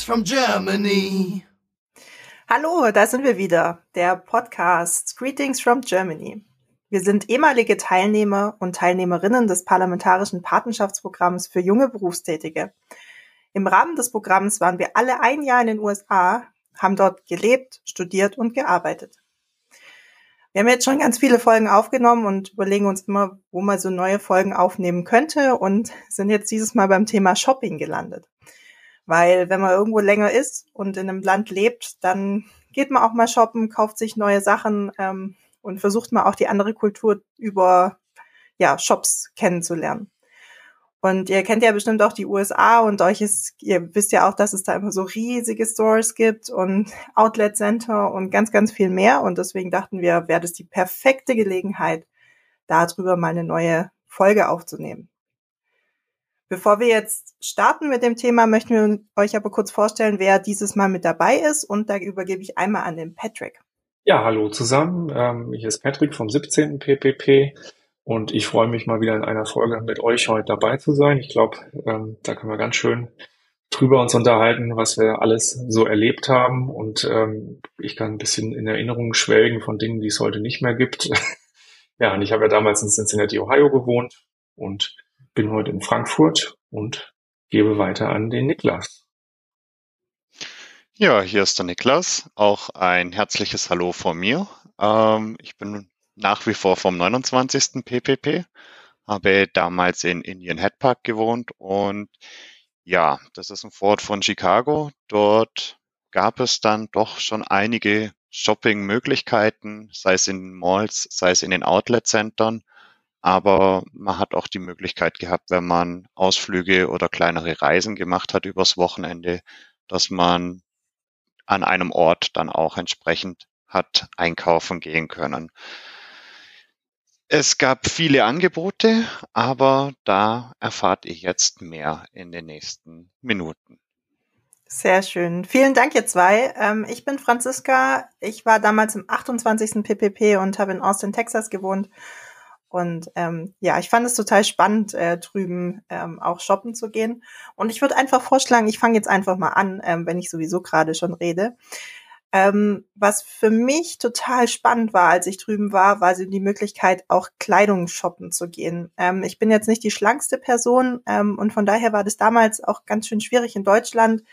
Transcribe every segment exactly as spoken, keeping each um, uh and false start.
Greetings from Germany. Hallo, da sind wir wieder, der Podcast Greetings from Germany. Wir sind ehemalige Teilnehmer und Teilnehmerinnen des Parlamentarischen Patenschaftsprogramms für junge Berufstätige. Im Rahmen des Programms waren wir alle ein Jahr in den U S A, haben dort gelebt, studiert und gearbeitet. Wir haben jetzt schon ganz viele Folgen aufgenommen und überlegen uns immer, wo man so neue Folgen aufnehmen könnte und sind jetzt dieses Mal beim Thema Shopping gelandet. Weil wenn man irgendwo länger ist und in einem Land lebt, dann geht man auch mal shoppen, kauft sich neue Sachen ähm, und versucht mal auch die andere Kultur über ja, Shops kennenzulernen. Und ihr kennt ja bestimmt auch die U S A und euch ist, ihr wisst ja auch, dass es da immer so riesige Stores gibt und Outlet Center und ganz, ganz viel mehr. Und deswegen dachten wir, wäre das die perfekte Gelegenheit, darüber mal eine neue Folge aufzunehmen. Bevor wir jetzt starten mit dem Thema, möchten wir euch aber kurz vorstellen, wer dieses Mal mit dabei ist. Und da übergebe ich einmal an den Patrick. Ja, hallo zusammen. Ähm, hier ist Patrick vom siebzehnten P P P. Und ich freue mich mal wieder in einer Folge mit euch heute dabei zu sein. Ich glaube, ähm, da können wir ganz schön drüber uns unterhalten, was wir alles so erlebt haben. Und ähm, ich kann ein bisschen in Erinnerungen schwelgen von Dingen, die es heute nicht mehr gibt. Ja, und ich habe ja damals in Cincinnati, Ohio gewohnt und bin heute in Frankfurt und gebe weiter an den Niklas. Ja, hier ist der Niklas. Auch ein herzliches Hallo von mir. Ähm, ich bin nach wie vor vom neunundzwanzigsten P P P, habe damals in Indian Head Park gewohnt und ja, das ist ein Vorort von Chicago. Dort gab es dann doch schon einige Shopping-Möglichkeiten, sei es in den Malls, sei es in den Outlet-Centern, aber man hat auch die Möglichkeit gehabt, wenn man Ausflüge oder kleinere Reisen gemacht hat übers Wochenende, dass man an einem Ort dann auch entsprechend hat einkaufen gehen können. Es gab viele Angebote, aber da erfahrt ihr jetzt mehr in den nächsten Minuten. Sehr schön. Vielen Dank, ihr zwei. Ähm, ich bin Franziska. Ich war damals im achtundzwanzigsten P P P und habe in Austin, Texas gewohnt. Und ähm, ja, ich fand es total spannend, äh, drüben ähm, auch shoppen zu gehen. Und ich würde einfach vorschlagen, ich fange jetzt einfach mal an, ähm, wenn ich sowieso gerade schon rede. Ähm, was für mich total spannend war, als ich drüben war, war so die Möglichkeit, auch Kleidung shoppen zu gehen. Ähm, ich bin jetzt nicht die schlankste Person ähm, und von daher war das damals auch ganz schön schwierig in Deutschland,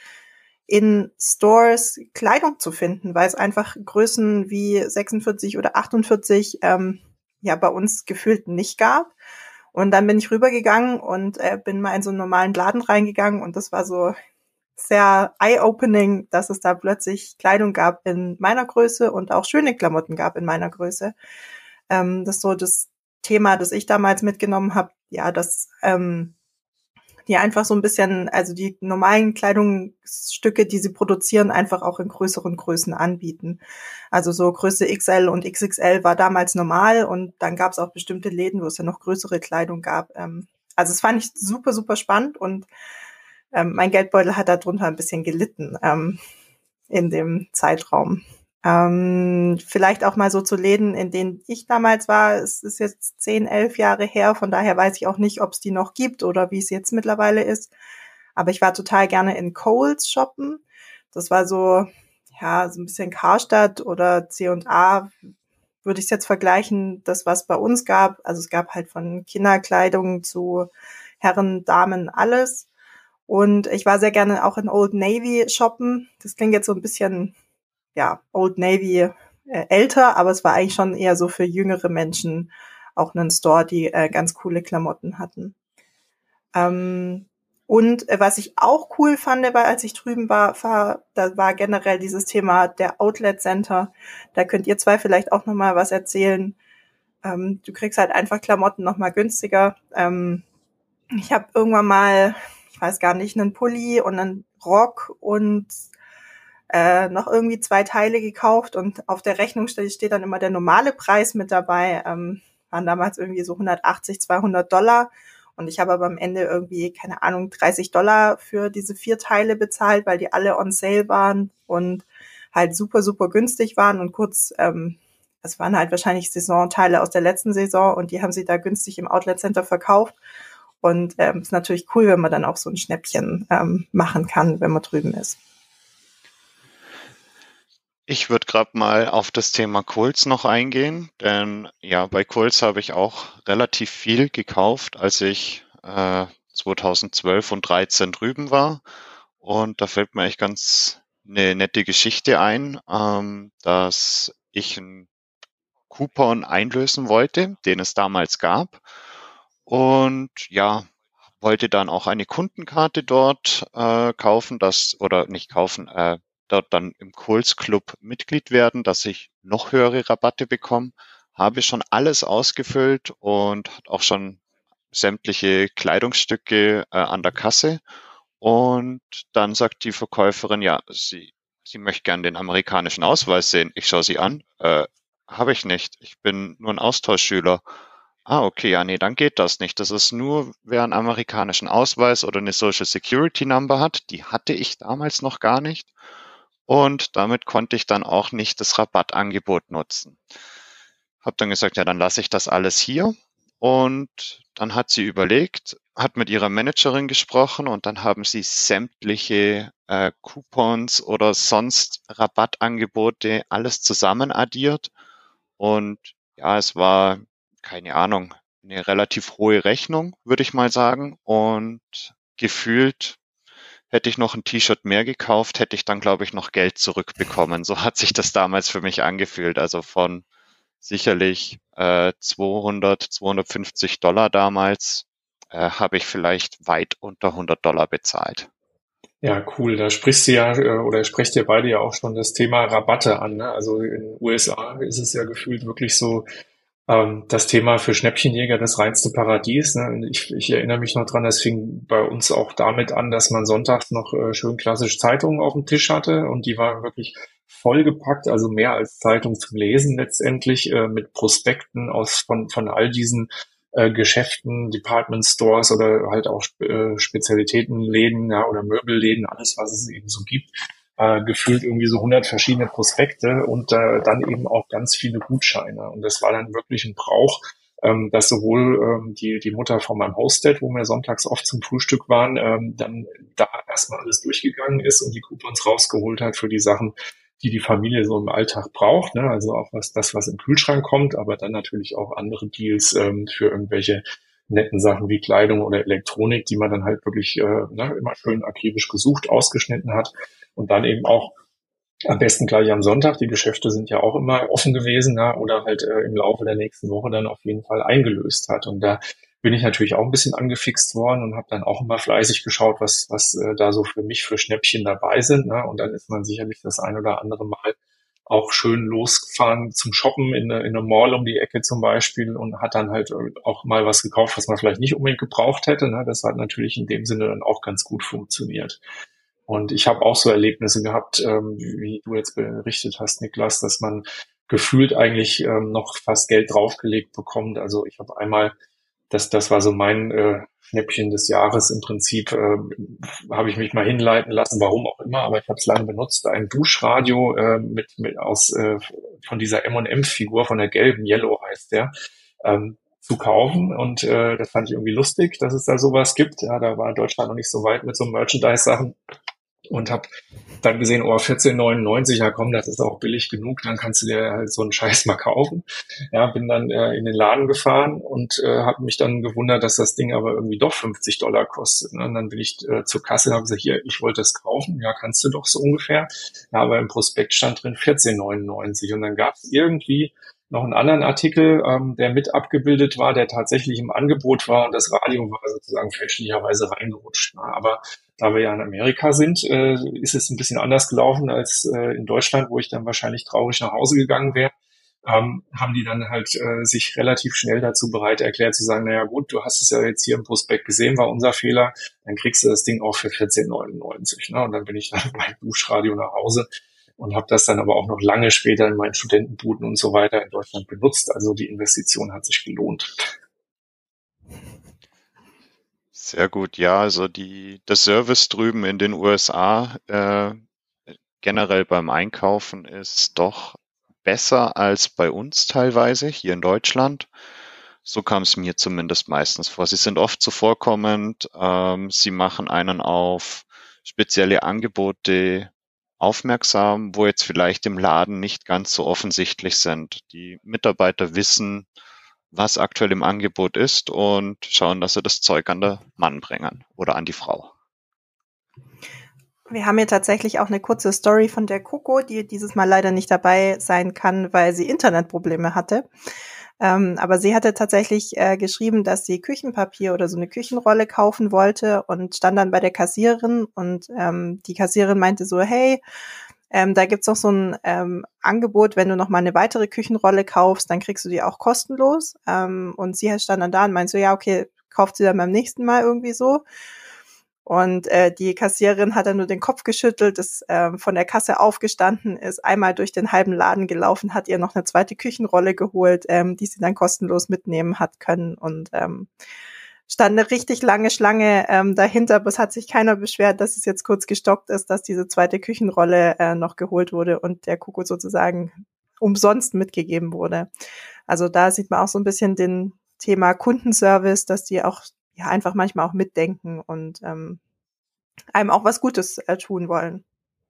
in Stores Kleidung zu finden, weil es einfach Größen wie sechsundvierzig oder achtundvierzig ähm, ja bei uns gefühlt nicht gab. Und dann bin ich rübergegangen und äh, bin mal in so einen normalen Laden reingegangen und das war so sehr eye-opening, dass es da plötzlich Kleidung gab in meiner Größe und auch schöne Klamotten gab in meiner Größe. Ähm, das ist so das Thema, das ich damals mitgenommen habe, ja, dass ähm, die einfach so ein bisschen, also die normalen Kleidungsstücke, die sie produzieren, einfach auch in größeren Größen anbieten. Also so Größe X L und X X L war damals normal und dann gab es auch bestimmte Läden, wo es ja noch größere Kleidung gab. Ähm, also es fand ich super, super spannend und ähm, mein Geldbeutel hat darunter ein bisschen gelitten ähm, in dem Zeitraum. Ähm, vielleicht auch mal so zu Läden, in denen ich damals war. Es ist jetzt zehn, elf Jahre her, von daher weiß ich auch nicht, ob es die noch gibt oder wie es jetzt mittlerweile ist. Aber ich war total gerne in Kohl's shoppen. Das war so, ja, so ein bisschen Karstadt oder C und A, würde ich es jetzt vergleichen, das, was bei uns gab. Also es gab halt von Kinderkleidung zu Herren, Damen, alles. Und ich war sehr gerne auch in Old Navy shoppen. Das klingt jetzt so ein bisschen, ja, Old Navy äh, älter, aber es war eigentlich schon eher so für jüngere Menschen auch einen Store, die äh, ganz coole Klamotten hatten. Ähm, und äh, was ich auch cool fand, war, als ich drüben war, war, da war generell dieses Thema der Outlet Center. Da könnt ihr zwei vielleicht auch nochmal was erzählen. Ähm, du kriegst halt einfach Klamotten nochmal günstiger. Ähm, ich habe irgendwann mal, ich weiß gar nicht, einen Pulli und einen Rock und äh, noch irgendwie zwei Teile gekauft und auf der Rechnung steht, steht dann immer der normale Preis mit dabei. Ähm, waren damals irgendwie so hundertachtzig, zweihundert Dollar und ich habe aber am Ende irgendwie, keine Ahnung, dreißig Dollar für diese vier Teile bezahlt, weil die alle on sale waren und halt super, super günstig waren und kurz, ähm, es waren halt wahrscheinlich Saisonteile aus der letzten Saison und die haben sie da günstig im Outlet Center verkauft. Und ähm, ist natürlich cool, wenn man dann auch so ein Schnäppchen ähm, machen kann, wenn man drüben ist. Ich würde gerade mal auf das Thema Kohl's noch eingehen, denn ja, bei Kohl's habe ich auch relativ viel gekauft, als ich äh, zweitausendzwölf und dreizehn drüben war. Und da fällt mir echt ganz eine nette Geschichte ein, ähm, dass ich einen Coupon einlösen wollte, den es damals gab. Und ja, wollte dann auch eine Kundenkarte dort äh, kaufen, das oder nicht kaufen, äh, dort dann im Kohl's Club Mitglied werden, dass ich noch höhere Rabatte bekomme. Habe schon alles ausgefüllt und hat auch schon sämtliche Kleidungsstücke äh, an der Kasse. Und dann sagt die Verkäuferin, ja, sie, sie möchte gern den amerikanischen Ausweis sehen. Ich schaue sie an. Äh, habe ich nicht. Ich bin nur ein Austauschschüler. Ah, okay, ja, nee, dann geht das nicht. Das ist nur, wer einen amerikanischen Ausweis oder eine Social Security Number hat. Die hatte ich damals noch gar nicht. Und damit konnte ich dann auch nicht das Rabattangebot nutzen. Hab dann gesagt, ja, dann lasse ich das alles hier. Und dann hat sie überlegt, hat mit ihrer Managerin gesprochen und dann haben sie sämtliche äh, Coupons oder sonst Rabattangebote alles zusammen addiert. Und ja, es war, keine Ahnung, eine relativ hohe Rechnung, würde ich mal sagen. Und gefühlt hätte ich noch ein T-Shirt mehr gekauft, hätte ich dann, glaube ich, noch Geld zurückbekommen. So hat sich das damals für mich angefühlt. Also von sicherlich äh, zweihundert, zweihundertfünfzig Dollar damals äh, habe ich vielleicht weit unter hundert Dollar bezahlt. Ja, cool. Da sprichst du ja, äh, oder sprecht ihr beide ja auch schon das Thema Rabatte an, ne? Also in den U S A ist es ja gefühlt wirklich so, ähm, das Thema für Schnäppchenjäger das reinste Paradies, ne? Und Ich, ich erinnere mich noch dran, das fing bei uns auch damit an, dass man sonntags noch äh, schön klassisch Zeitungen auf dem Tisch hatte und die waren wirklich vollgepackt, also mehr als Zeitung zum Lesen letztendlich, äh, mit Prospekten aus von, von all diesen äh, Geschäften, Department Stores oder halt auch äh, Spezialitätenläden, ja, oder Möbelläden, alles, was es eben so gibt. Äh, gefühlt irgendwie so hundert verschiedene Prospekte und äh, dann eben auch ganz viele Gutscheine. Und das war dann wirklich ein Brauch, ähm, dass sowohl ähm, die, die Mutter von meinem Hosted, wo wir sonntags oft zum Frühstück waren, ähm, dann da erstmal alles durchgegangen ist und die Coupons rausgeholt hat für die Sachen, die die Familie so im Alltag braucht, ne? Also auch was das, was im Kühlschrank kommt, aber dann natürlich auch andere Deals ähm, für irgendwelche netten Sachen wie Kleidung oder Elektronik, die man dann halt wirklich äh, ne, immer schön akribisch gesucht, ausgeschnitten hat und dann eben auch am besten gleich am Sonntag. Die Geschäfte sind ja auch immer offen gewesen, ne? Oder halt äh, im Laufe der nächsten Woche dann auf jeden Fall eingelöst hat. Und da bin ich natürlich auch ein bisschen angefixt worden und habe dann auch immer fleißig geschaut, was was äh, da so für mich für Schnäppchen dabei sind. Ne? Und dann ist man sicherlich das ein oder andere Mal auch schön losgefahren zum Shoppen in eine, in eine Mall um die Ecke zum Beispiel und hat dann halt auch mal was gekauft, was man vielleicht nicht unbedingt gebraucht hätte. Ne? Das hat natürlich in dem Sinne dann auch ganz gut funktioniert. Und ich habe auch so Erlebnisse gehabt, ähm, wie du jetzt berichtet hast, Niklas, dass man gefühlt eigentlich ähm, noch fast Geld draufgelegt bekommt. Also ich habe einmal, das, das war so mein äh, Schnäppchen des Jahres im Prinzip, äh, habe ich mich mal hinleiten lassen, warum auch immer, aber ich habe es lange benutzt, ein Duschradio äh, mit, mit aus äh, von dieser M und M-Figur, von der gelben, Yellow heißt der, ähm, zu kaufen und äh, das fand ich irgendwie lustig, dass es da sowas gibt. Ja, da war Deutschland noch nicht so weit mit so Merchandise-Sachen und habe dann gesehen, oh, vierzehn neunundneunzig, ja komm, das ist auch billig genug, dann kannst du dir halt so einen Scheiß mal kaufen. Ja, bin dann äh, in den Laden gefahren und äh, habe mich dann gewundert, dass das Ding aber irgendwie doch fünfzig Dollar kostet. Ne? Und dann bin ich äh, zur Kasse und habe gesagt, hier, ich wollte das kaufen, ja, kannst du doch so ungefähr. Ja, aber im Prospekt stand drin vierzehn neunundneunzig und dann gab es irgendwie noch einen anderen Artikel, ähm, der mit abgebildet war, der tatsächlich im Angebot war und das Radio war sozusagen fälschlicherweise reingerutscht. Ne? Aber da wir ja in Amerika sind, äh, ist es ein bisschen anders gelaufen als äh, in Deutschland, wo ich dann wahrscheinlich traurig nach Hause gegangen wäre. Ähm, haben die dann halt äh, sich relativ schnell dazu bereit erklärt zu sagen, naja gut, du hast es ja jetzt hier im Prospekt gesehen, war unser Fehler, dann kriegst du das Ding auch für vierzehn neunundneunzig. Ne? Und dann bin ich dann mit meinem Duschradio nach Hause und habe das dann aber auch noch lange später in meinen Studentenbuden und so weiter in Deutschland benutzt. Also die Investition hat sich gelohnt. Sehr gut, ja, also die, der Service drüben in den U S A äh, generell beim Einkaufen ist doch besser als bei uns teilweise hier in Deutschland. So kam es mir zumindest meistens vor. Sie sind oft zuvorkommend, ähm, sie machen einen auf spezielle Angebote aufmerksam, wo jetzt vielleicht im Laden nicht ganz so offensichtlich sind. Die Mitarbeiter wissen, was aktuell im Angebot ist und schauen, dass sie das Zeug an den Mann bringen oder an die Frau. Wir haben hier tatsächlich auch eine kurze Story von der Coco, die dieses Mal leider nicht dabei sein kann, weil sie Internetprobleme hatte. Ähm, aber sie hatte tatsächlich äh, geschrieben, dass sie Küchenpapier oder so eine Küchenrolle kaufen wollte und stand dann bei der Kassiererin und ähm, die Kassiererin meinte so, hey, ähm, da gibt's noch so ein ähm, Angebot, wenn du noch mal eine weitere Küchenrolle kaufst, dann kriegst du die auch kostenlos. Ähm, und sie stand dann da und meinte so, ja, okay, kauft sie dann beim nächsten Mal irgendwie so. Und äh, die Kassiererin hat dann nur den Kopf geschüttelt, ist äh, von der Kasse aufgestanden, ist einmal durch den halben Laden gelaufen, hat ihr noch eine zweite Küchenrolle geholt, ähm, die sie dann kostenlos mitnehmen hat können. Und ähm, stand eine richtig lange Schlange ähm, dahinter, aber es hat sich keiner beschwert, dass es jetzt kurz gestockt ist, dass diese zweite Küchenrolle äh, noch geholt wurde und der Coco sozusagen umsonst mitgegeben wurde. Also da sieht man auch so ein bisschen den Thema Kundenservice, dass die auch ja einfach manchmal auch mitdenken und ähm, einem auch was Gutes äh, tun wollen.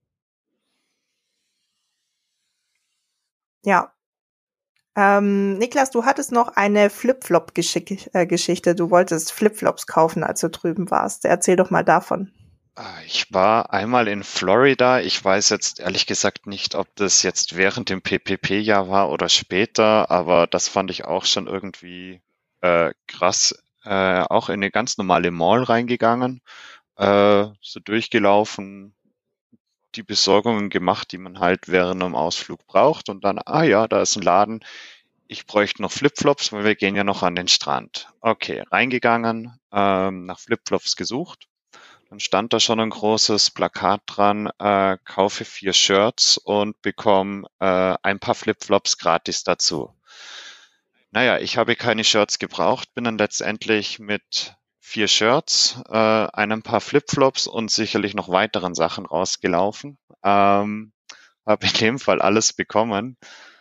Ja. Ähm, Niklas, du hattest noch eine Flip-Flop-Geschichte. Du wolltest Flip-Flops kaufen, als du drüben warst. Erzähl doch mal davon. Ich war einmal in Florida. Ich weiß jetzt ehrlich gesagt nicht, ob das jetzt während dem P P P-Jahr war oder später, aber das fand ich auch schon irgendwie äh, krass. Äh, auch in eine ganz normale Mall reingegangen, äh, so durchgelaufen, die Besorgungen gemacht, die man halt während einem Ausflug braucht und dann, ah ja, da ist ein Laden. Ich bräuchte noch Flipflops, weil wir gehen ja noch an den Strand. Okay, reingegangen, ähm, nach Flipflops gesucht. Dann stand da schon ein großes Plakat dran, äh, kaufe vier Shirts und bekomme äh, ein paar Flipflops gratis dazu. Naja, ich habe keine Shirts gebraucht, bin dann letztendlich mit vier Shirts, äh, einem paar Flipflops und sicherlich noch weiteren Sachen rausgelaufen. Ähm, habe in dem Fall alles bekommen.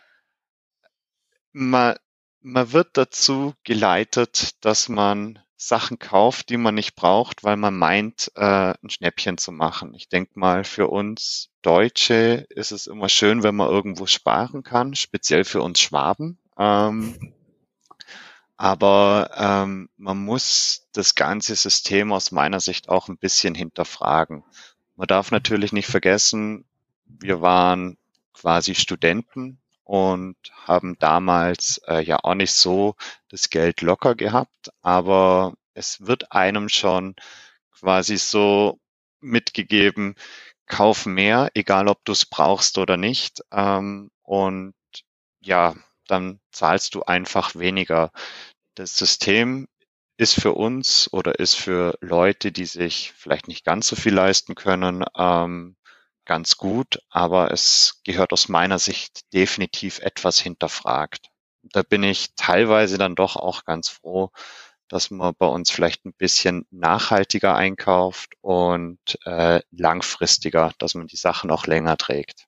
Man, man wird dazu geleitet, dass man Sachen kauft, die man nicht braucht, weil man meint, äh, ein Schnäppchen zu machen. Ich denke mal, für uns Deutsche ist es immer schön, wenn man irgendwo sparen kann, speziell für uns Schwaben. Ähm, aber ähm, man muss das ganze System aus meiner Sicht auch ein bisschen hinterfragen. Man darf natürlich nicht vergessen, wir waren quasi Studenten und haben damals äh, ja auch nicht so das Geld locker gehabt, aber es wird einem schon quasi so mitgegeben, kauf mehr, egal ob du es brauchst oder nicht. Ähm, und ja, dann zahlst du einfach weniger. Das System ist für uns oder ist für Leute, die sich vielleicht nicht ganz so viel leisten können, ähm, ganz gut, aber es gehört aus meiner Sicht definitiv etwas hinterfragt. Da bin ich teilweise dann doch auch ganz froh, dass man bei uns vielleicht ein bisschen nachhaltiger einkauft und äh, langfristiger, dass man die Sachen auch länger trägt.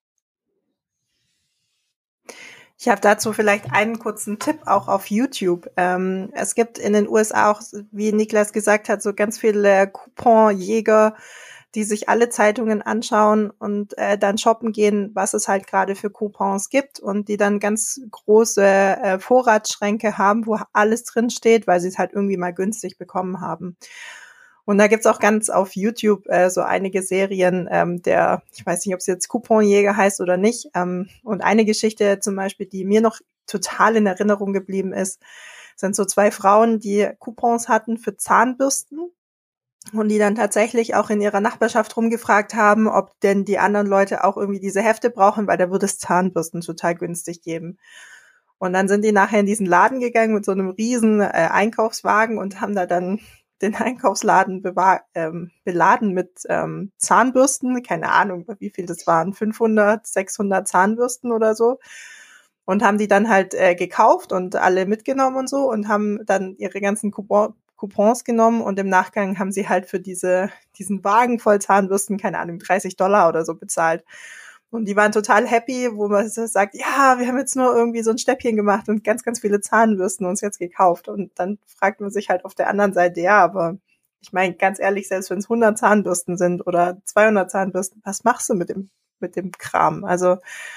Ich habe dazu vielleicht einen kurzen Tipp auch auf YouTube. Ähm, es gibt in den U S A auch, wie Niklas gesagt hat, so ganz viele Couponjäger, die sich alle Zeitungen anschauen und äh, dann shoppen gehen, was es halt gerade für Coupons gibt und die dann ganz große äh, Vorratsschränke haben, wo alles drin steht, weil sie es halt irgendwie mal günstig bekommen haben. Und da gibt's auch ganz auf YouTube äh, so einige Serien, ähm, der, ich weiß nicht, ob es jetzt Couponjäger heißt oder nicht. Ähm, und eine Geschichte zum Beispiel, die mir noch total in Erinnerung geblieben ist, sind so zwei Frauen, die Coupons hatten für Zahnbürsten und die dann tatsächlich auch in ihrer Nachbarschaft rumgefragt haben, ob denn die anderen Leute auch irgendwie diese Hefte brauchen, weil da würde es Zahnbürsten total günstig geben. Und dann sind die nachher in diesen Laden gegangen mit so einem riesen äh, Einkaufswagen und haben da dann den Einkaufsladen bewahr, ähm, beladen mit ähm, Zahnbürsten, keine Ahnung, wie viel das waren, fünfhundert, sechshundert Zahnbürsten oder so, und haben die dann halt äh, gekauft und alle mitgenommen und so und haben dann ihre ganzen Coupon, Coupons genommen und im Nachgang haben sie halt für diese diesen Wagen voll Zahnbürsten, keine Ahnung, dreißig Dollar oder so bezahlt. Und die waren total happy, wo man so sagt, ja, wir haben jetzt nur irgendwie so ein Stäbchen gemacht und ganz, ganz viele Zahnbürsten uns jetzt gekauft. Und dann fragt man sich halt auf der anderen Seite, ja, aber ich meine, ganz ehrlich, selbst wenn es hundert Zahnbürsten sind oder zweihundert Zahnbürsten, was machst du mit dem mit dem Kram. Also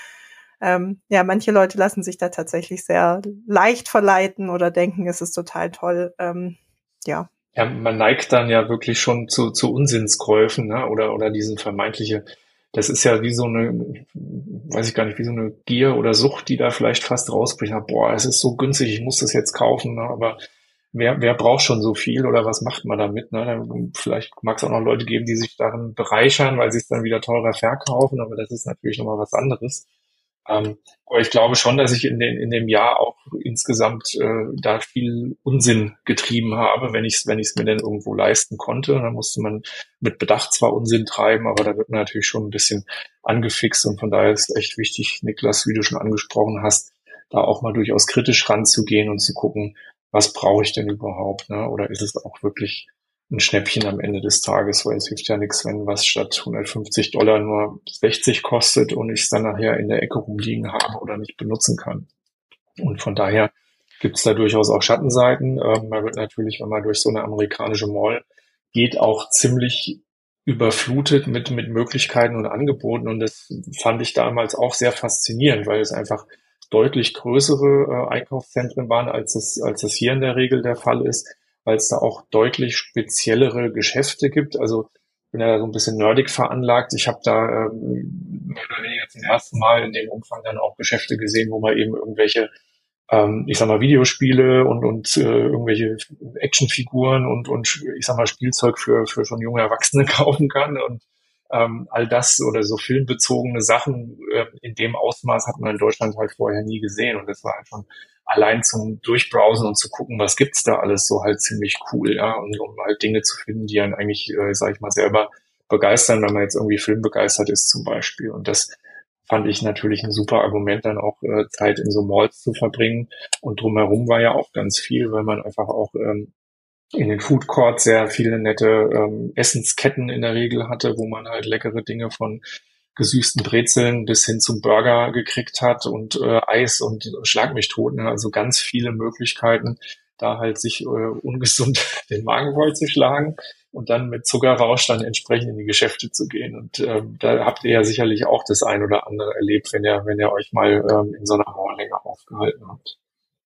ähm, ja, manche Leute lassen sich da tatsächlich sehr leicht verleiten oder denken, es ist total toll. Ähm, ja. Ja, man neigt dann ja wirklich schon zu, zu Unsinnskäufen, ne? Oder, oder diesen vermeintliche, das ist ja wie so eine, weiß ich gar nicht, wie so eine Gier oder Sucht, die da vielleicht fast rausbricht. Boah, es ist so günstig, ich muss das jetzt kaufen, ne? Aber wer, wer braucht schon so viel oder was macht man damit, ne? Dann, vielleicht mag es auch noch Leute geben, die sich darin bereichern, weil sie es dann wieder teurer verkaufen, aber das ist natürlich nochmal was anderes. Ähm, aber ich glaube schon, dass ich in, den, in dem Jahr auch insgesamt äh, da viel Unsinn getrieben habe, wenn ich es wenn ich's mir denn irgendwo leisten konnte. Dann musste man mit Bedacht zwar Unsinn treiben, aber da wird man natürlich schon ein bisschen angefixt. Und von daher ist es echt wichtig, Niklas, wie du schon angesprochen hast, da auch mal durchaus kritisch ranzugehen und zu gucken, was brauche ich denn überhaupt, ne? Oder ist es auch wirklich ein Schnäppchen am Ende des Tages, weil es hilft ja nichts, wenn was statt hundertfünfzig Dollar nur sechzig kostet und ich es dann nachher in der Ecke rumliegen habe oder nicht benutzen kann. Und von daher gibt es da durchaus auch Schattenseiten. Ähm, man wird natürlich, wenn man durch so eine amerikanische Mall geht, auch ziemlich überflutet mit, mit Möglichkeiten und Angeboten. Und das fand ich damals auch sehr faszinierend, weil es einfach deutlich größere äh, Einkaufszentren waren, als es, als es hier in der Regel der Fall ist, weil es da auch deutlich speziellere Geschäfte gibt. Also ich bin ja so ein bisschen nerdig veranlagt. Ich habe da ähm, mehr oder weniger zum ersten Mal in dem Umfang dann auch Geschäfte gesehen, wo man eben irgendwelche, ähm, ich sag mal, Videospiele und und äh, irgendwelche Actionfiguren und und ich sag mal Spielzeug für für schon junge Erwachsene kaufen kann und ähm, all das oder so filmbezogene Sachen äh, in dem Ausmaß hat man in Deutschland halt vorher nie gesehen und das war halt schon allein zum Durchbrowsen und zu gucken, was gibt's da alles, so halt ziemlich cool, ja, und um halt Dinge zu finden, die einen eigentlich, äh, sag ich mal, selber begeistern, wenn man jetzt irgendwie filmbegeistert ist zum Beispiel. Und das fand ich natürlich ein super Argument, dann auch äh, Zeit in so Malls zu verbringen. Und drumherum war ja auch ganz viel, weil man einfach auch ähm, in den Food Courts sehr viele nette ähm, Essensketten in der Regel hatte, wo man halt leckere Dinge von gesüßten Brezeln bis hin zum Burger gekriegt hat und äh, Eis und Schlag mich tot, ne? Also ganz viele Möglichkeiten, da halt sich äh, ungesund den Magen voll zu schlagen und dann mit Zuckerrausch dann entsprechend in die Geschäfte zu gehen. Und ähm, da habt ihr ja sicherlich auch das ein oder andere erlebt, wenn ihr, wenn ihr euch mal ähm, in so einer Mall länger aufgehalten habt.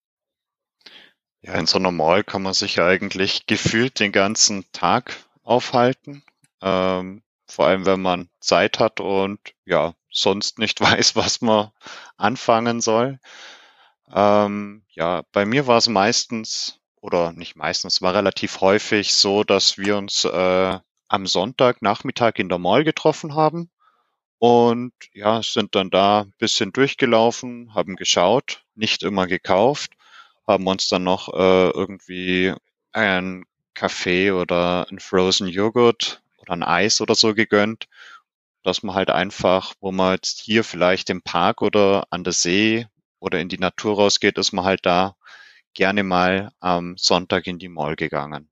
Ja, in so einer Mall kann man sich ja eigentlich gefühlt den ganzen Tag aufhalten. Ähm, vor allem, wenn man Zeit hat und ja, sonst nicht weiß, was man anfangen soll. Ähm, ja, bei mir war es meistens, oder nicht meistens, war relativ häufig so, dass wir uns äh, am Sonntagnachmittag in der Mall getroffen haben und ja, sind dann da ein bisschen durchgelaufen, haben geschaut, nicht immer gekauft, haben uns dann noch äh, irgendwie einen Kaffee oder einen Frozen Joghurt oder ein Eis oder so gegönnt, dass man halt einfach, wo man jetzt hier vielleicht im Park oder an der See oder in die Natur rausgeht, ist man halt da gerne mal am Sonntag in die Mall gegangen.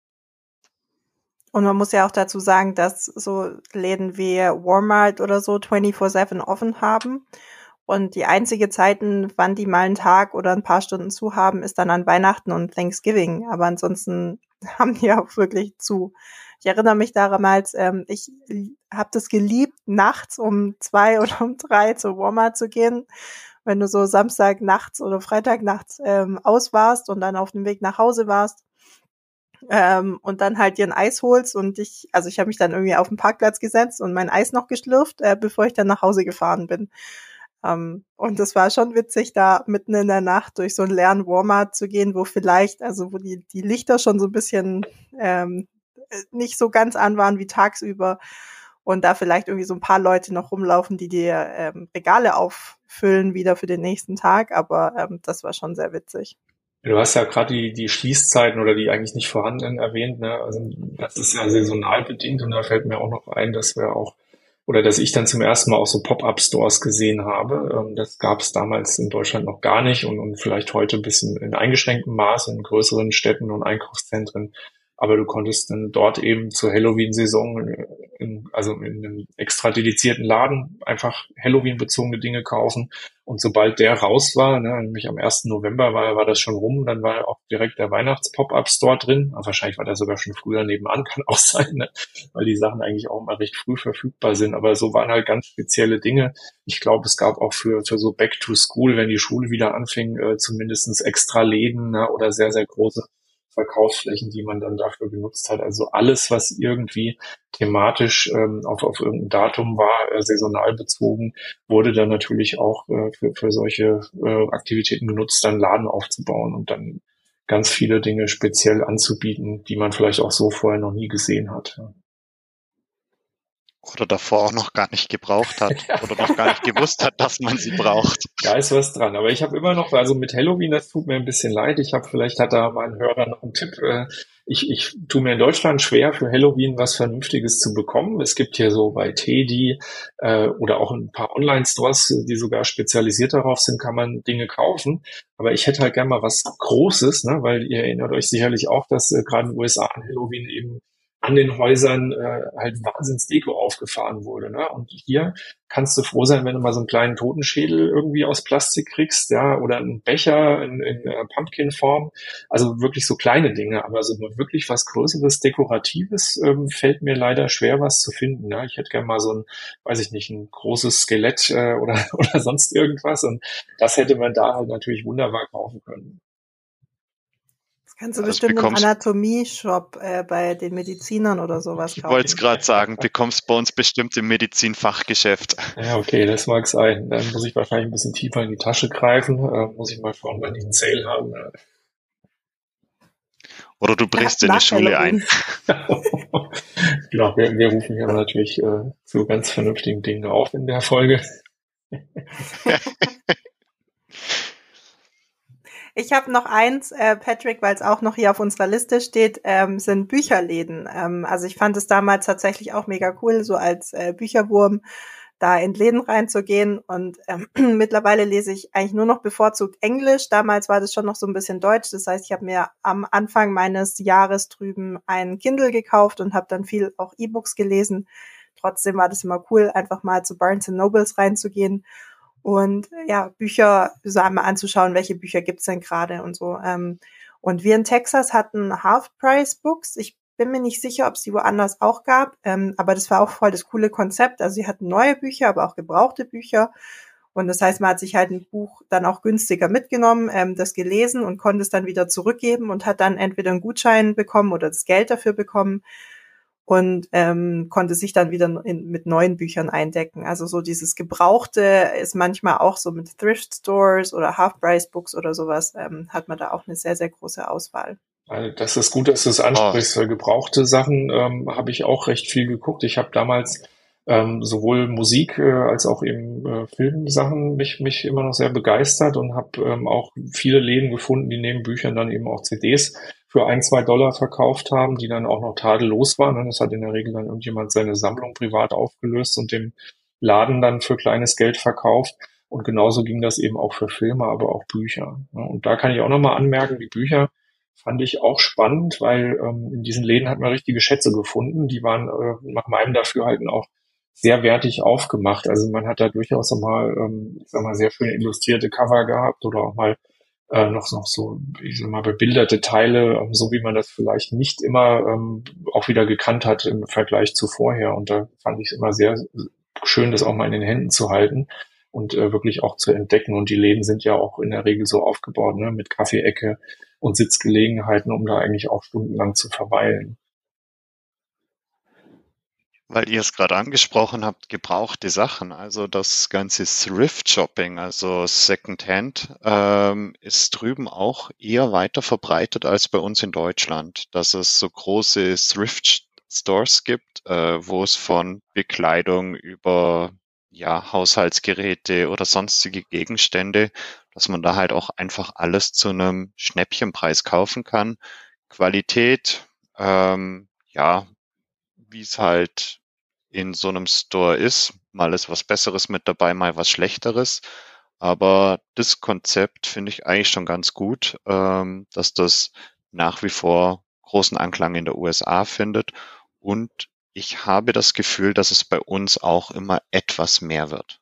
Und man muss ja auch dazu sagen, dass so Läden wie Walmart oder so vierundzwanzig sieben offen haben. Und die einzige Zeiten, wann die mal einen Tag oder ein paar Stunden zu haben, ist dann an Weihnachten und Thanksgiving. Aber ansonsten haben die auch wirklich zu. Ich erinnere mich damals, ähm, ich habe das geliebt, nachts um zwei oder um drei zu Walmart zu gehen. Wenn du so Samstag nachts oder Freitag nachts ähm, aus warst und dann auf dem Weg nach Hause warst. Ähm, und dann halt dir ein Eis holst und ich, also ich habe mich dann irgendwie auf den Parkplatz gesetzt und mein Eis noch geschlürft, äh, bevor ich dann nach Hause gefahren bin. Um, und das war schon witzig, da mitten in der Nacht durch so einen leeren Walmart zu gehen, wo vielleicht, also wo die die Lichter schon so ein bisschen ähm, nicht so ganz an waren wie tagsüber und da vielleicht irgendwie so ein paar Leute noch rumlaufen, die dir ähm, Regale auffüllen wieder für den nächsten Tag, aber ähm, das war schon sehr witzig. Du hast ja gerade die, die Schließzeiten oder die eigentlich nicht vorhandenen erwähnt, ne? Also das ist ja saisonal bedingt und da fällt mir auch noch ein, dass wir auch oder dass ich dann zum ersten Mal auch so Pop-up-Stores gesehen habe. Das gab es damals in Deutschland noch gar nicht und, und vielleicht heute ein bisschen in eingeschränktem Maß in größeren Städten und Einkaufszentren aber du konntest dann dort eben zur Halloween-Saison, äh, in, also in einem extra dedizierten Laden, einfach Halloween-bezogene Dinge kaufen. Und sobald der raus war, ne, nämlich am ersten November war, war das schon rum, dann war auch direkt der Weihnachts-Pop-Up-Store drin. Aber wahrscheinlich war der sogar schon früher nebenan, kann auch sein, ne, weil die Sachen eigentlich auch mal recht früh verfügbar sind. Aber so waren halt ganz spezielle Dinge. Ich glaube, es gab auch für, für so Back to School, wenn die Schule wieder anfing, äh, zumindestens extra Läden, ne, oder sehr, sehr große Verkaufsflächen, die man dann dafür genutzt hat. Also alles, was irgendwie thematisch ähm, auf, auf irgendein Datum war, äh, saisonal bezogen, wurde dann natürlich auch äh, für, für solche äh, Aktivitäten genutzt, dann Laden aufzubauen und dann ganz viele Dinge speziell anzubieten, die man vielleicht auch so vorher noch nie gesehen hat. Ja. Oder davor auch noch gar nicht gebraucht hat oder noch gar nicht gewusst hat, dass man sie braucht. Da ist was dran. Aber ich habe immer noch, also mit Halloween, das tut mir ein bisschen leid. Ich habe, vielleicht hat da mein Hörer noch einen Tipp. Ich, ich tue mir in Deutschland schwer, für Halloween was Vernünftiges zu bekommen. Es gibt hier so bei Teddy äh, oder auch ein paar Online-Stores, die sogar spezialisiert darauf sind, kann man Dinge kaufen. Aber ich hätte halt gerne mal was Großes, ne? Weil ihr erinnert euch sicherlich auch, dass äh, gerade in den U S A an Halloween eben an den Häusern äh, halt Wahnsinns-Deko aufgefahren wurde. Ne? Und hier kannst du froh sein, wenn du mal so einen kleinen Totenschädel irgendwie aus Plastik kriegst, ja, oder einen Becher in, in äh, Pumpkin-Form. Also wirklich so kleine Dinge, aber so wirklich was Größeres, Dekoratives ähm, fällt mir leider schwer, was zu finden. Ne? Ich hätte gerne mal so ein, weiß ich nicht, ein großes Skelett äh, oder, oder sonst irgendwas. Und das hätte man da halt natürlich wunderbar kaufen können. Kannst du Ja, das bestimmt im bekommst- Anatomie-Shop äh, bei den Medizinern oder sowas Ich kaufen. wollte es gerade sagen, bekommst bei uns bestimmt im Medizinfachgeschäft. Ja, okay, das mag sein. Dann muss ich wahrscheinlich ein bisschen tiefer in die Tasche greifen. Äh, muss ich mal schauen, wann die einen Sale haben. Oder du brichst in Nach die Schule Halloween. ein. Genau, wir, wir rufen hier natürlich äh, zu ganz vernünftigen Dingen auf in der Folge. Ich habe noch eins, äh, Patrick, weil es auch noch hier auf unserer Liste steht, ähm, sind Bücherläden. Ähm, also ich fand es damals tatsächlich auch mega cool, so als äh, Bücherwurm da in Läden reinzugehen. Und ähm, mittlerweile lese ich eigentlich nur noch bevorzugt Englisch. Damals war das schon noch so ein bisschen Deutsch. Das heißt, ich habe mir am Anfang meines Jahres drüben ein Kindle gekauft und habe dann viel auch E-Books gelesen. Trotzdem war das immer cool, einfach mal zu Barnes and Nobles reinzugehen. Und ja, Bücher sagen wir anzuschauen, welche Bücher gibt's denn gerade und so. Ähm, und wir in Texas hatten Half-Price-Books. Ich bin mir nicht sicher, ob es die woanders auch gab, ähm, aber das war auch voll das coole Konzept. Also sie hatten neue Bücher, aber auch gebrauchte Bücher. Und das heißt, man hat sich halt ein Buch dann auch günstiger mitgenommen, ähm, das gelesen und konnte es dann wieder zurückgeben und hat dann entweder einen Gutschein bekommen oder das Geld dafür bekommen. Und ähm, konnte sich dann wieder in, mit neuen Büchern eindecken. Also so dieses Gebrauchte ist manchmal auch so mit Thrift Stores oder Half-Price-Books oder sowas, ähm, hat man da auch eine sehr, sehr große Auswahl. Also das ist gut, dass du es ansprichst. Oh. Gebrauchte Sachen ähm, habe ich auch recht viel geguckt. Ich habe damals ähm, sowohl Musik äh, als auch eben äh, Filmsachen mich mich immer noch sehr begeistert und habe ähm, auch viele Läden gefunden, die neben Büchern dann eben auch C Ds für ein, zwei Dollar verkauft haben, die dann auch noch tadellos waren. Und das hat in der Regel dann irgendjemand seine Sammlung privat aufgelöst und dem Laden dann für kleines Geld verkauft. Und genauso ging das eben auch für Filme, aber auch Bücher. Und da kann ich auch nochmal anmerken, die Bücher fand ich auch spannend, weil ähm, in diesen Läden hat man richtige Schätze gefunden. Die waren äh, nach meinem Dafürhalten auch sehr wertig aufgemacht. Also man hat da durchaus nochmal, ähm, ich sag mal, sehr schön illustrierte Cover gehabt oder auch mal äh, noch, noch so, ich sag mal, bebilderte Teile, ähm, so wie man das vielleicht nicht immer ähm, auch wieder gekannt hat im Vergleich zu vorher. Und da fand ich es immer sehr schön, das auch mal in den Händen zu halten und äh, wirklich auch zu entdecken. Und die Läden sind ja auch in der Regel so aufgebaut, ne, mit Kaffeeecke und Sitzgelegenheiten, um da eigentlich auch stundenlang zu verweilen. Weil ihr es gerade angesprochen habt, gebrauchte Sachen, also das ganze Thrift-Shopping, also Secondhand, ähm, ist drüben auch eher weiter verbreitet als bei uns in Deutschland, dass es so große Thrift-Stores gibt, äh, wo es von Bekleidung über ja Haushaltsgeräte oder sonstige Gegenstände, dass man da halt auch einfach alles zu einem Schnäppchenpreis kaufen kann. Qualität, ähm, ja, wie es halt in so einem Store ist. Mal ist was Besseres mit dabei, mal was Schlechteres. Aber das Konzept finde ich eigentlich schon ganz gut, ähm, dass das nach wie vor großen Anklang in der U S A findet. Und ich habe das Gefühl, dass es bei uns auch immer etwas mehr wird.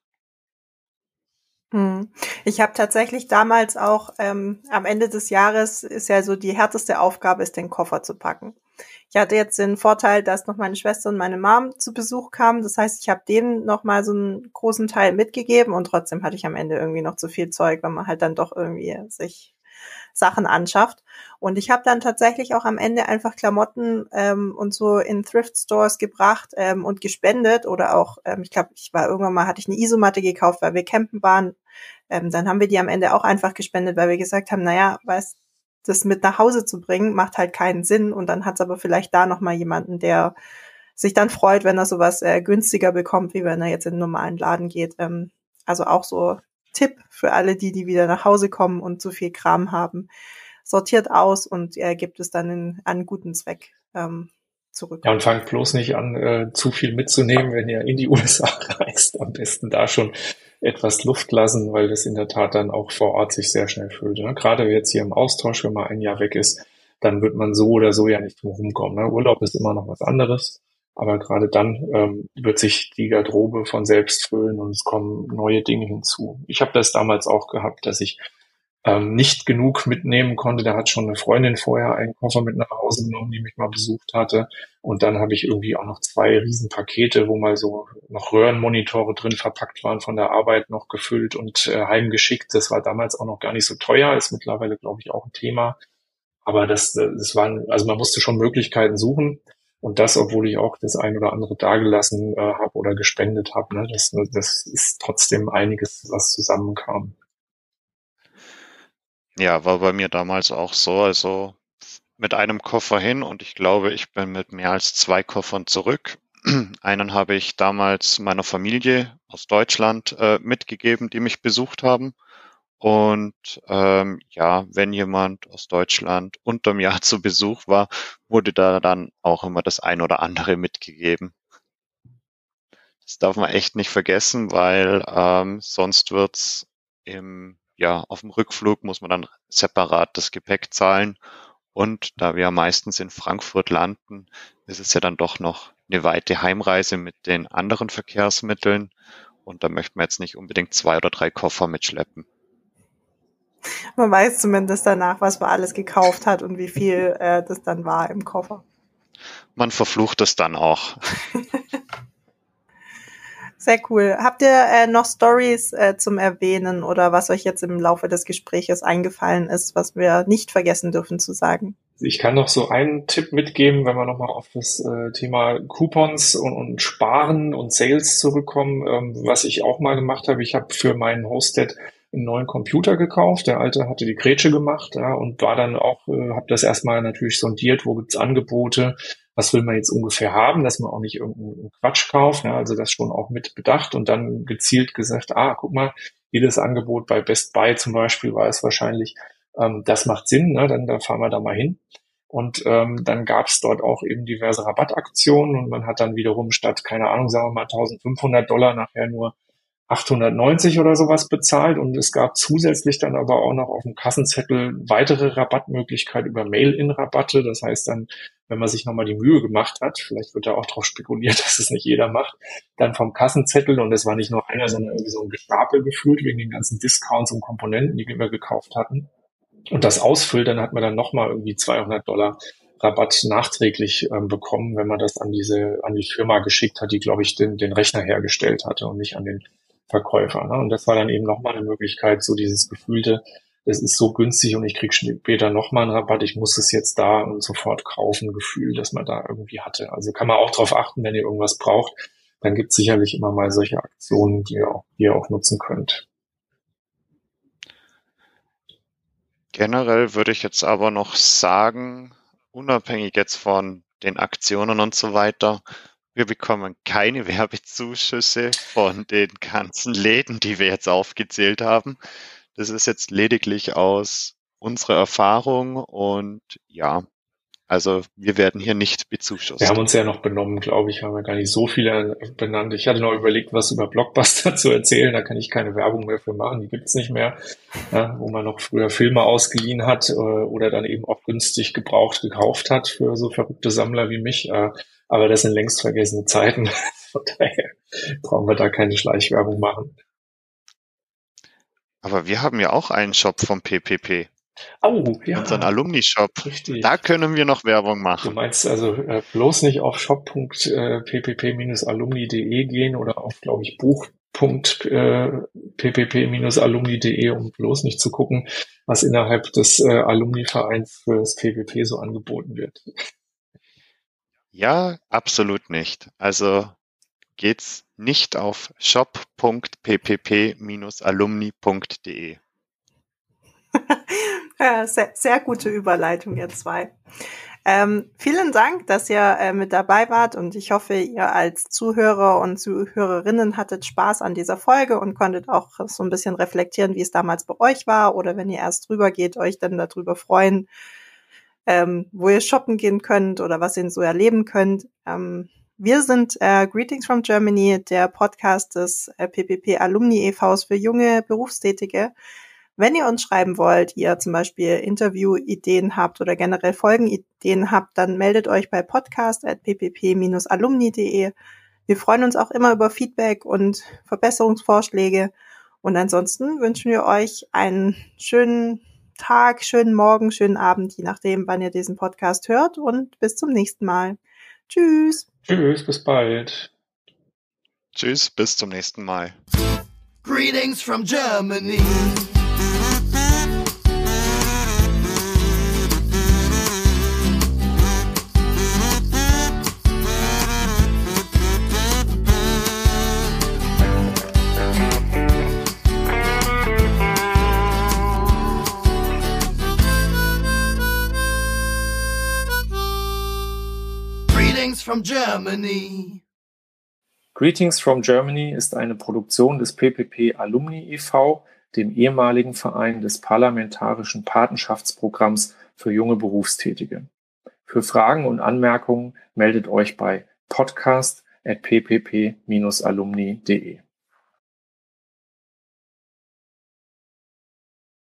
Hm. Ich habe tatsächlich damals auch, ähm, am Ende des Jahres ist ja so die härteste Aufgabe, ist den Koffer zu packen. Ich hatte jetzt den Vorteil, dass noch meine Schwester und meine Mom zu Besuch kamen. Das heißt, ich habe denen noch mal so einen großen Teil mitgegeben und trotzdem hatte ich am Ende irgendwie noch zu viel Zeug, weil man halt dann doch irgendwie sich Sachen anschafft. Und ich habe dann tatsächlich auch am Ende einfach Klamotten ähm, und so in Thrift Stores gebracht ähm, und gespendet oder auch, ähm, ich glaube, ich war irgendwann mal, hatte ich eine Isomatte gekauft, weil wir campen waren. Ähm, dann haben wir die am Ende auch einfach gespendet, weil wir gesagt haben, naja, weißt, das mit nach Hause zu bringen, macht halt keinen Sinn. Und dann hat's aber vielleicht da nochmal jemanden, der sich dann freut, wenn er sowas äh, günstiger bekommt, wie wenn er jetzt in einen normalen Laden geht. Ähm, also auch so Tipp für alle die, die wieder nach Hause kommen und zu viel Kram haben. Sortiert aus und äh, gibt es dann in, an einen guten Zweck ähm, zurück. Ja, und fangt bloß nicht an, äh, zu viel mitzunehmen, wenn ihr in die U S A reist. Am besten da schon etwas Luft lassen, weil das in der Tat dann auch vor Ort sich sehr schnell füllt. Ne? Gerade jetzt hier im Austausch, wenn man ein Jahr weg ist, dann wird man so oder so ja nicht drum rumkommen. Ne? Urlaub ist immer noch was anderes, aber gerade dann ähm, wird sich die Garderobe von selbst füllen und es kommen neue Dinge hinzu. Ich habe das damals auch gehabt, dass ich ähm, nicht genug mitnehmen konnte. Da hat schon eine Freundin vorher einen Koffer mit nach Hause genommen, die mich mal besucht hatte. Und dann habe ich irgendwie auch noch zwei Riesenpakete, wo mal so noch Röhrenmonitore drin verpackt waren, von der Arbeit noch gefüllt und äh, heimgeschickt. Das war damals auch noch gar nicht so teuer, ist mittlerweile, glaube ich, auch ein Thema. Aber das, das waren, also man musste schon Möglichkeiten suchen. Und das, obwohl ich auch das ein oder andere dagelassen äh, habe oder gespendet habe. Ne? Das, das ist trotzdem einiges, was zusammenkam. Ja, war bei mir damals auch so. Also mit einem Koffer hin und ich glaube, ich bin mit mehr als zwei Koffern zurück. Einen habe ich damals meiner Familie aus Deutschland äh, mitgegeben, die mich besucht haben. Und ähm, ja, wenn jemand aus Deutschland unterm Jahr zu Besuch war, wurde da dann auch immer das ein oder andere mitgegeben. Das darf man echt nicht vergessen, weil ähm, sonst wird's im, ja, auf dem Rückflug muss man dann separat das Gepäck zahlen. Und da wir meistens in Frankfurt landen, ist es ja dann doch noch eine weite Heimreise mit den anderen Verkehrsmitteln. Und da möchte man jetzt nicht unbedingt zwei oder drei Koffer mitschleppen. Man weiß zumindest danach, was man alles gekauft hat und wie viel äh, das dann war im Koffer. Man verflucht es dann auch. Sehr cool. Habt ihr äh, noch Stories äh, zum Erwähnen oder was euch jetzt im Laufe des Gespräches eingefallen ist, was wir nicht vergessen dürfen zu sagen? Ich kann noch so einen Tipp mitgeben, wenn wir nochmal auf das äh, Thema Coupons und, und Sparen und Sales zurückkommen, ähm, was ich auch mal gemacht habe. Ich habe für meinen Hosted einen neuen Computer gekauft. Der alte hatte die Grätsche gemacht, ja, und war dann auch, äh, habe das erstmal natürlich sondiert, wo gibt's Angebote, was will man jetzt ungefähr haben, dass man auch nicht irgendeinen Quatsch kauft, ne? Also das schon auch mit bedacht und dann gezielt gesagt, ah, guck mal, jedes Angebot bei Best Buy zum Beispiel war es wahrscheinlich, ähm, das macht Sinn, ne? Dann, dann fahren wir da mal hin. Und ähm, dann gab es dort auch eben diverse Rabattaktionen und man hat dann wiederum statt, keine Ahnung, sagen wir mal eintausendfünfhundert Dollar nachher nur achthundertneunzig oder sowas bezahlt und es gab zusätzlich dann aber auch noch auf dem Kassenzettel weitere Rabattmöglichkeit über Mail-in-Rabatte. Das heißt dann, wenn man sich nochmal die Mühe gemacht hat, vielleicht wird da auch drauf spekuliert, dass es nicht jeder macht, dann vom Kassenzettel, und es war nicht nur einer, sondern irgendwie so ein Gestapel gefühlt wegen den ganzen Discounts und Komponenten, die wir gekauft hatten. Und das ausfüllt, dann hat man dann nochmal irgendwie zweihundert Dollar Rabatt nachträglich ähm, bekommen, wenn man das an diese, an die Firma geschickt hat, die, glaube ich, den, den Rechner hergestellt hatte und nicht an den Verkäufer. Ne? Und das war dann eben nochmal eine Möglichkeit, so dieses gefühlte, es ist so günstig und ich kriege später nochmal einen Rabatt, ich muss es jetzt da und sofort kaufen, Gefühl, dass man da irgendwie hatte. Also kann man auch darauf achten, wenn ihr irgendwas braucht, dann gibt es sicherlich immer mal solche Aktionen, die ihr auch, die ihr auch nutzen könnt. Generell würde ich jetzt aber noch sagen, unabhängig jetzt von den Aktionen und so weiter, wir bekommen keine Werbezuschüsse von den ganzen Läden, die wir jetzt aufgezählt haben. Das ist jetzt lediglich aus unserer Erfahrung und ja, Also wir werden hier nicht bezuschusst. Wir haben uns ja noch benommen, glaube ich, haben wir gar nicht so viele benannt. Ich hatte noch überlegt, was über Blockbuster zu erzählen. Da kann ich keine Werbung mehr für machen, die gibt's nicht mehr. Ja, wo man noch früher Filme ausgeliehen hat äh, oder dann eben auch günstig gebraucht gekauft hat für so verrückte Sammler wie mich. Äh, aber das sind längst vergessene Zeiten. Von daher brauchen wir da keine Schleichwerbung machen. Aber wir haben ja auch einen Shop vom P P P. Oh, ja. Unseren Alumni-Shop. Richtig. Da können wir noch Werbung Du machen. meinst also äh, bloß nicht auf shop punkt p p p bindestrich alumni punkt d e gehen oder auf, glaube ich, buch punkt p p p bindestrich alumni punkt d e, um bloß nicht zu gucken, was innerhalb des äh, Alumni-Vereins für das P P P so angeboten wird. Ja, absolut nicht. Also geht's nicht auf shop punkt p p p bindestrich alumni punkt d e. Ja, sehr, sehr gute Überleitung, ihr zwei. Ähm, vielen Dank, dass ihr äh, mit dabei wart und ich hoffe, ihr als Zuhörer und Zuhörerinnen hattet Spaß an dieser Folge und konntet auch so ein bisschen reflektieren, wie es damals bei euch war oder wenn ihr erst drüber geht, euch dann darüber freuen, ähm, wo ihr shoppen gehen könnt oder was ihr so erleben könnt. Ähm, wir sind äh, Greetings from Germany, der Podcast des äh, P P P Alumni e Vs für junge Berufstätige. Wenn ihr uns schreiben wollt, ihr zum Beispiel Interviewideen habt oder generell Folgenideen habt, dann meldet euch bei podcast at p p p bindestrich alumni punkt d e. Wir freuen uns auch immer über Feedback und Verbesserungsvorschläge. Und ansonsten wünschen wir euch einen schönen Tag, schönen Morgen, schönen Abend, je nachdem, wann ihr diesen Podcast hört. Und bis zum nächsten Mal. Tschüss. Tschüss, bis bald. Tschüss, bis zum nächsten Mal. Greetings from Germany. Greetings from Germany. Greetings from Germany ist eine Produktion des P P P Alumni e V, dem ehemaligen Verein des Parlamentarischen Patenschaftsprogramms für junge Berufstätige. Für Fragen und Anmerkungen meldet euch bei podcast at p p p bindestrich alumni punkt d e.